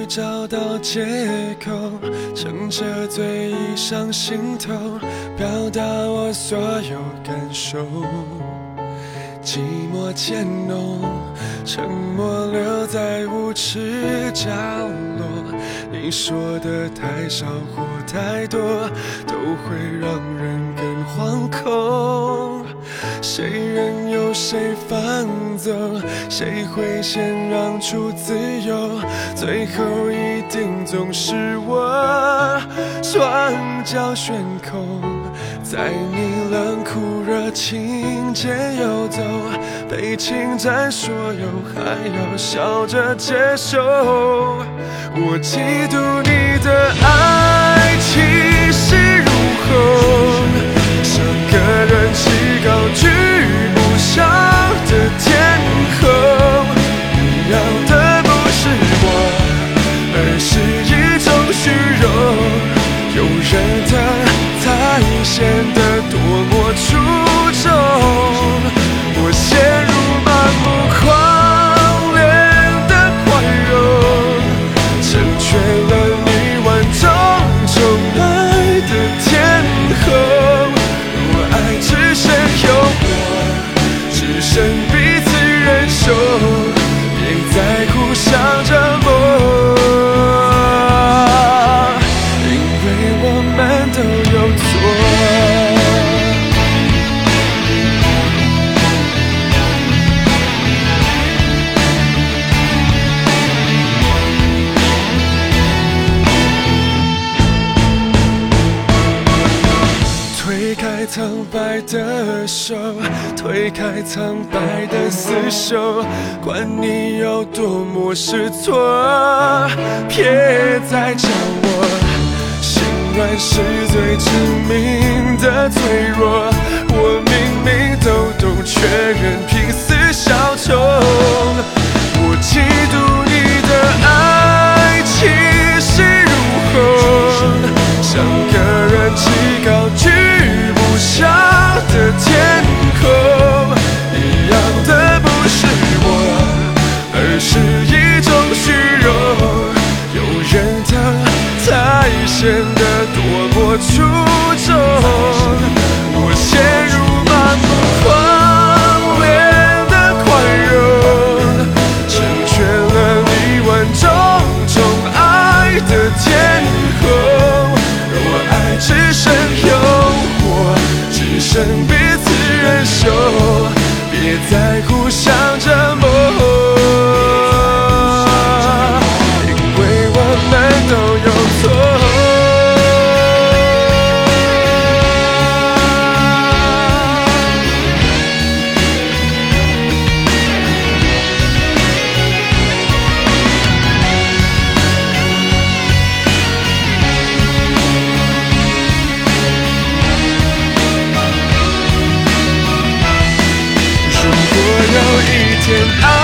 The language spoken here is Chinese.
找到借口，趁着醉意上心头，表达我所有感受。寂寞渐浓，沉默留在无耻角落。你说的太少或太多，都会让人更惶恐。谁任由谁放纵，谁会先让出自由，最后一定总是我，双脚悬空，在你冷酷热情间游走，被侵占所有还要笑着接受。我嫉妒你的爱气势如虹，像个人气高居不下的天后。你要的不是我，而是一种虚荣，有人的才显得多么出众。我陷入盲目狂恋的宽容，成全了你万种宠爱的天后。若爱只剩有我，只剩彼此忍受，别再互相折磨，因为我们都有错。推开苍白的手，推开苍白的厮守，管你有多么失措，别再叫我心软是最致命的脆弱。我明明都懂，却仍拼死效忠。我嫉妒你的爱气势如虹，像个人气高居不下的天后。你要的不是我，而是一种虚荣，有人的才显得多么出众。我陷入盲目狂恋的宽容，成全了你万种宠爱的天后。若爱只剩诱惑，只剩彼此忍受，别再互相折磨，因为我们都有错。如果有一天